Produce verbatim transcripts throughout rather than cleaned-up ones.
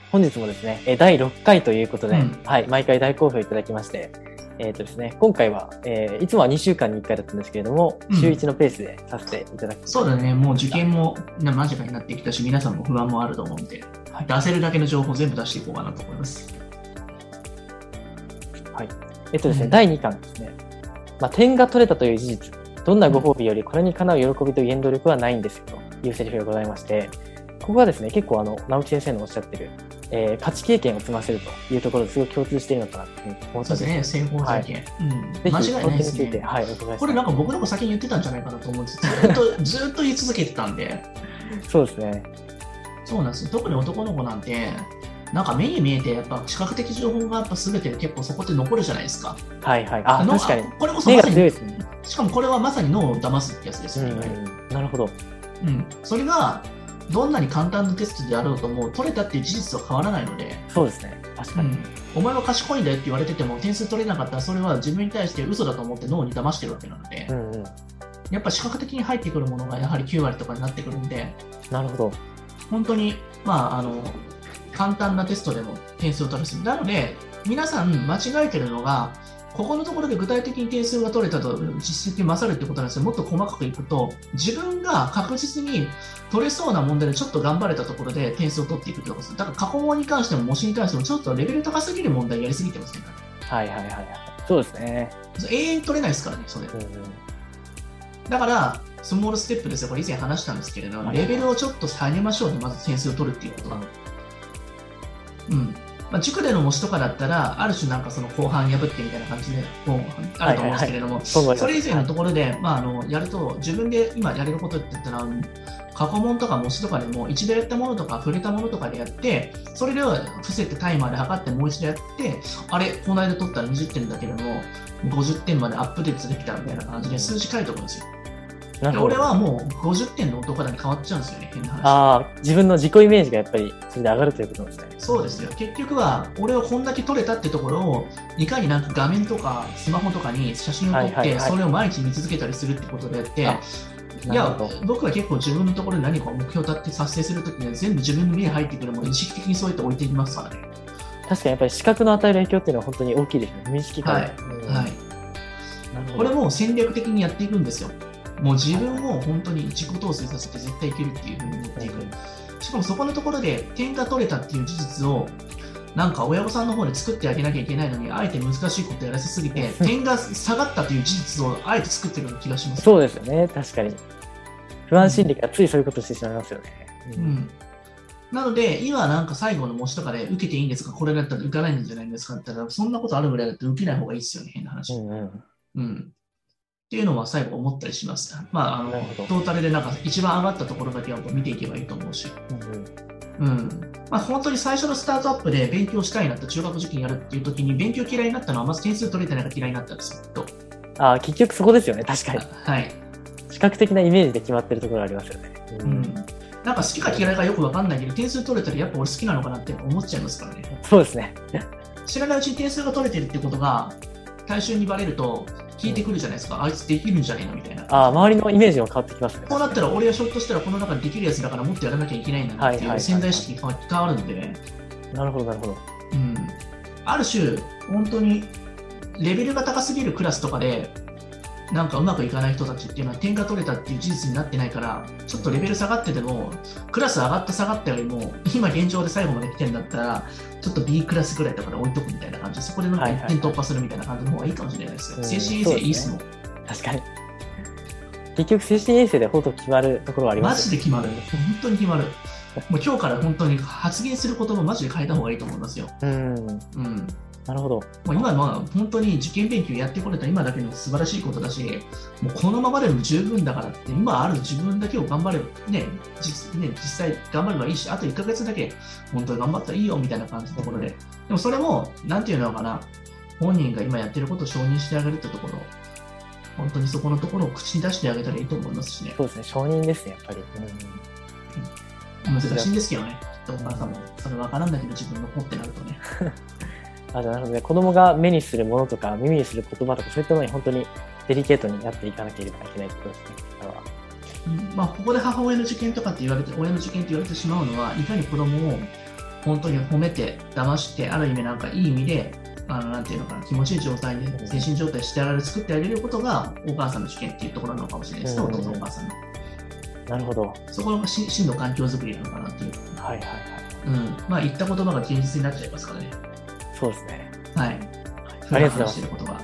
本日もですね、えーだいろっかいということで、 うんはい、毎回大好評いただきまして、えーとですね、今回は、えーいつもはにしゅうかんにいっかいだったんですけれども、 うん週いちのペースでさせていただきます。 そうだね、もう受験もな間近になってきたし、皆さんも不安もあると思うんで、出せるだけの情報を全部出していこうかなと思います。 はい。えっとですね、 うんだいにかんですね。まあ、点が取れたという事実、どんなご褒美よりこれにかなう喜びと原動力はないんですよというセリフがございまして、ここがですね、結構あの、直木先生のおっしゃってる、えー、価値経験を積ませるというところですごい共通しているのかなと思ったんそうですね、成功体験。うん、 ぜひ、 間違いないですこの点について、 ね。 はい、お伺いしたい。 これなんか僕でも先に言ってたんじゃないかなと思うんですずっと、ずっと言い続けてたんで。 そうですね。 そうなんですよ。特に男の子なんて、なんか目に見えて、やっぱ視覚的情報がやっぱ全て結構そこって残るじゃないですか。 はいはい。あ、 の確かに。 これこそ目まさに、 が強いですね。 しかもこれはまさに脳を騙すってやつですよね。 うん、なるほど。 うん、それがどんなに簡単なテストであろうとも取れたっていう事実は変わらないので、 そうですね。確かに。 うん、お前は賢いんだよって言われてても点数取れなかったらそれは自分に対して嘘だと思って脳に騙してるわけなので、 うんうん。 やっぱ視覚的に入ってくるものがやはりきゅうわりとかになってくるんで、 なるほど。 本当に、まあ、あの簡単なテストでも点数を取らせる。なので皆さん間違えてるのが、ここのところで具体的に点数が取れたと実績に勝るってことなんですよ。もっと細かくいくと、自分が確実に取れそうな問題でちょっと頑張れたところで点数を取っていくってことです。だから過去問に関しても模試に関してもちょっとレベル高すぎる問題やりすぎてますね。 はいはいはいはい。そうですね。 永遠に取れないですからね、それ。 うんうん。だだから、スモールステップですよ。これ以前話したんですけれども、レベルをちょっと下げましょうと、まず点数を取るっていうことが。うんまあ、塾での模試とかだったら、ある種なんかその後半破ってみたいな感じでこうあると思うんですけれども、それ以前のところで、まあ、あのやると、自分で今やれることって言ったら、過去問とか模試とかでも一度やったものとか触れたものとかでやって、それでは伏せてタイマーで測ってもう一度やって、あれ、この間取ったらにじゅってんだけれども、ごじゅってんまでアップデートできたみたいな感じで数字書いておくんですよ。で俺はもうごじゅってんの男だに変わっちゃうんですよね、変な話。 ああ、自分の自己イメージがやっぱりそれで上がるということなんですね。 そうですよ。結局は、俺はこんだけ撮れたってところを、いかになんか画面とかスマホとかに写真を撮って、それを毎日見続けたりするってことであって、いや、僕は結構自分のところで何か目標を立って達成するときには全部自分の目に入ってくるものを意識的にそうやって置いていきますからね。 確かにやっぱり視覚の与える影響っていうのは本当に大きいですね。無意識化。 はい。はい。これも戦略的にやっていくんですよ。もう自分を本当に自己統制させて絶対いけるっていうふうに持っていく。しかもそこのところで点が取れたっていう事実をなんか親御さんの方で作ってあげなきゃいけないのに、あえて難しいことやらせすぎて点が下がったという事実をあえて作ってるような気がします。 そうですよね、確かに。不安心理がついそういうことしてしまいますよね。 うんうん、なので今なんか最後の模試とかで受けていいんですか、これだったら受かないんじゃないんですかって言ったら、そんなことあるぐらいだって受けない方がいいですよね、変な話。うんうんうんっていうのは最後思ったりします。まあ、あのトータルでなんか一番上がったところだけを見ていけばいいと思うし、うんうんまあ、本当に最初のスタートアップで勉強したいなって中学受験やるっていう時に勉強嫌いになったのはまず点数取れてないから嫌いになったんですよ。とああ、結局そこですよね、確かに。 はい。 視覚的なイメージで決まってるところありますよね。 うん、うん、なんか好きか嫌いかよく分かんないけど、点数取れたらやっぱ俺好きなのかなって思っちゃいますからね。 そうですね。 知らないうちに点数が取れてるってことが大衆にバレると聞いてくるじゃないですか、あいつできるんじゃねえのみたいな。 ああ、周りのイメージも変わってきますね。 こうなったら、俺はひょっとしたらこの中でできるやつだからもっとやらなきゃいけないんだなっていう潜在意識が変わるんで、ね。 なるほど、なるほど。 うん。ある種、本当にレベルが高すぎるクラスとかで、なんかうまくいかない人たちっていうのは点が取れたっていう事実になってないから、ちょっとレベル下がってても、クラス上がった下がったよりも、今現状で最後まで来てるんだったら、ちょっと B クラスぐらいとかで置いとくみたいな感じで、そこでなんかいってん突破するみたいな感じの方がいいかもしれないですよ。精神衛生いいっすもん。 確かに。結局、精神衛生でほとんど決まるところはあります、 ね。マジで決まる。本当に決まる。もう今日から本当に発言する言葉マジで変えた方がいいと思いますよ。うん。うん。 なるほど。 もう今は本当に受験勉強やってこれた今だけの素晴らしいことだし、もうこのままでも十分だからって、今ある自分だけを頑張れば、ね、実, ね実際頑張ればいいし、あといっかげつだけ本当に頑張ったらいいよみたいな感じのところで、でもそれも、なんていうのかな、本人が今やってることを承認してあげるってところ、本当にそこのところを口に出してあげたらいいと思いますしね。 そうですね、承認ですね、やっぱり。 うん、難しいんですけどね、きっとお母さんも。それ分からんだけど自分の子ってなるとね。 あ、じゃあなるほどね、子供が目にするものとか耳にする言葉とかそういったものに本当にデリケートになっていかなければいけないということですね。 うんまあ、ここで母親の受験とかって言われて、親の受験って言われてしまうのは、いかに子供を本当に褒めて、騙して、ある意味なんかいい意味で、あのなんていうのかな、気持ちいい状態に、精神状態してあげる、作ってあげることが、お母さんの主権っていうところなのかもしれないですね、お父さん、お母さんの。 なるほど。 そこがし真の環境づくりなのかなっていう。 はいはいはい。 うん。まあ、言った言葉が現実になっちゃいますからね。 そうですね。 はい。 ありがとうございます。 ることが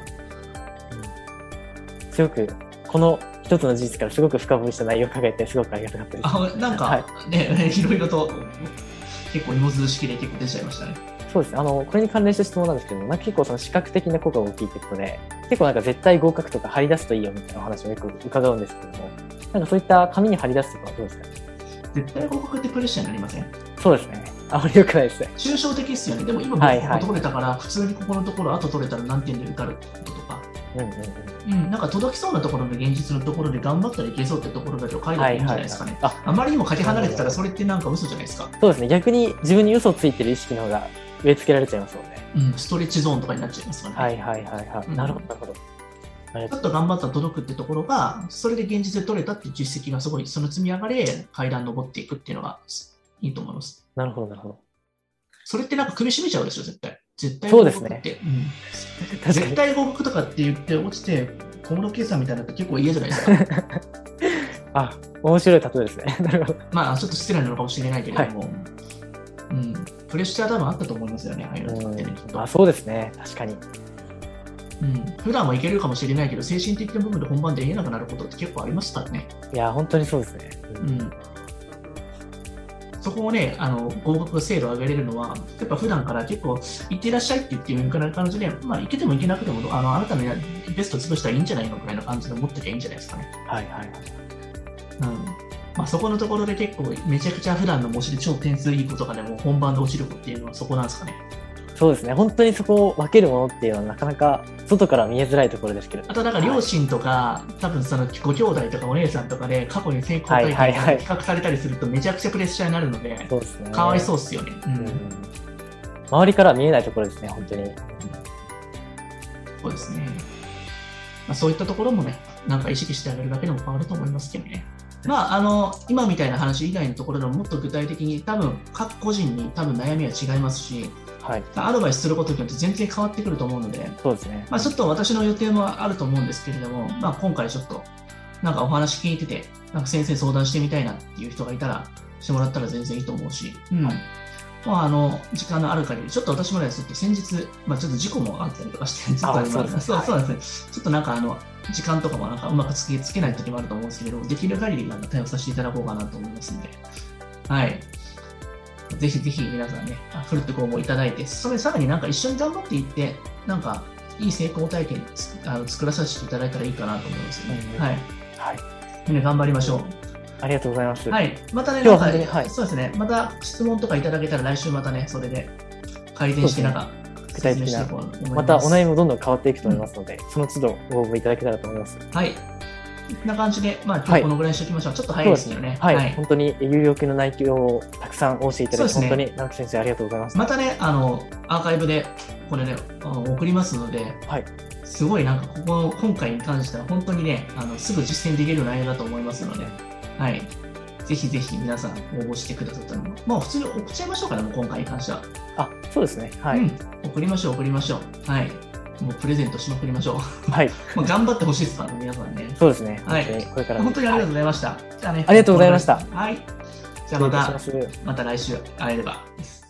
すごく、この一つの事実からすごく深掘りした内容を考えて、すごくありがたかったです。 あ、なんか、はい、ね、いろいろと、結構芋づる式で結構出ちゃいましたね。 そうですね。あの、これに関連した質問なんですけども、なんか結構その視覚的な効果が大きいってことで、結構なんか絶対合格とか貼り出すといいよみたいなお話をよく伺うんですけども、なんかそういった紙に貼り出すとかはどうですかね。 絶対合格ってプレッシャーになりません？ そうですね。あまり良くないですね。 抽象的ですよね。でも今僕ここ取れたから、普通にここのところ後取れたら何点で受かることとか、うんうんうんうん、なんか届きそうなところの現実のところで頑張ったらいけそうってところだけを書いていいんじゃないですかね。はいはいはい、あ, あまりにもかけ離れてたらそれってなんか嘘じゃないですか。 そうですね。逆に自分に嘘ついてる意識の方が植え付けられちゃいますもんね。 うん、ストレッチゾーンとかになっちゃいますからね。 はいはいはいはい。うん、なるほどなるほど。 ちょっと頑張ったら届くってところが、それで現実で取れたっていう実績がすごい、その積み上がりで階段登っていくっていうのがいいと思います。 なるほどなるほど。 それってなんか首絞めちゃうでしょ、絶対。絶対合格って。そうですね。 うん、絶対合格とかって言って落ちて、小室圭さんみたいなのって結構嫌じゃないですか。 あ、面白い例えですね。なるほど。 まあ、ちょっと失礼なのかもしれないけれども、はい、うん、プレッシャー多分あったと思いますよね、ああいうのってね、きっと。 あ、そうですね、確かに。 うん、普段はいけるかもしれないけど、精神的な部分で本番で言えなくなることって結構ありますからね。 いや、本当にそうですね。 うん、うん、そこをね、あの合格精度を上げれるのは、やっぱ普段から結構、行ってらっしゃいって言っていう感じで、まあ、行けても行けなくても、あのあなたのベスト潰したらいいんじゃないのくらいの感じで思ってきゃいいんじゃないですかね。 はいはいはい。 うんまあ、そこのところで結構、めちゃくちゃ普段の模試で超点数いい子とかでも、本番で落ちる子っていうのはそこなんですかね。 そうですね、本当にそこを分けるものっていうのはなかなか外から見えづらいところですけど、 あとなんか両親とか、はい、多分そのご兄弟とかお姉さんとかで過去に成功体験が比較されたりするとめちゃくちゃプレッシャーになるので、 そうですね、 かわいそうですよね、うんうん、 周りからは見えないところですね、本当に。 そうですね、まあ、そういったところもね、なんか意識してあげるだけでも変わると思いますけどね。まあ、あの今みたいな話以外のところでももっと具体的に多分各個人に多分悩みは違いますし、はい、アドバイスすることによって全然変わってくると思うので、 そうですね、 まあ、ちょっと私の予定もあると思うんですけれども、まあ、今回ちょっとなんかお話聞いてて、なんか先生相談してみたいなっていう人がいたらしてもらったら全然いいと思うし、うんはいまあ、あの時間のある限り、ちょっと私もね、ちょっと先日、まあ、ちょっと事故もあったりとかして、ちょっとあそうですね、そうそうですね、ちょっとなんかあの時間とかもなんかうまくつけ、つけない時もあると思うんですけれども、できる限りなんか対応させていただこうかなと思いますので、はい。ぜひぜひ皆さんね、フルットご応募いただいて、それさらになんか一緒に頑張っていって、なんかいい成功体験あの作らさせていただいたらいいかなと思いますよね。うん、はい。はい。みんな頑張りましょう。 ありがとうございます。 はい。またね、なんか、はい、そうですね。また質問とかいただけたら来週またね、それで改善してなんか、 具体的な、またお悩みもどんどん変わっていくと思いますので、うん、その都度ご応募いただけたらと思います。 はい。こんな感じで、まあ、今日このぐらいにしておきましょう。はい、ちょっと早いですよね。 はい、はい。本当に有力な内容をたくさんお教えいただき、ね、本当に直木先生ありがとうございます。 またね、あの、アーカイブでこれね、送りますので、はい、すごいなんかここの今回に関しては本当にね、あのすぐ実践できる内容だと思いますので、はい。ぜひぜひ皆さん応募してくださったのも、まあ普通に送っちゃいましょうかね、もう今回に関しては。 あ、そうですね。はい。うん、 送りましょう、送りましょう。はい。もうプレゼントしまくりましょう。 はい。 まあ頑張ってほしいですからね、皆さんね。 そうですね。 はい。 これから本当にありがとうございました。はい、じゃあね。 ありがとうございました。 はい。じゃあまた、また来週会えればです。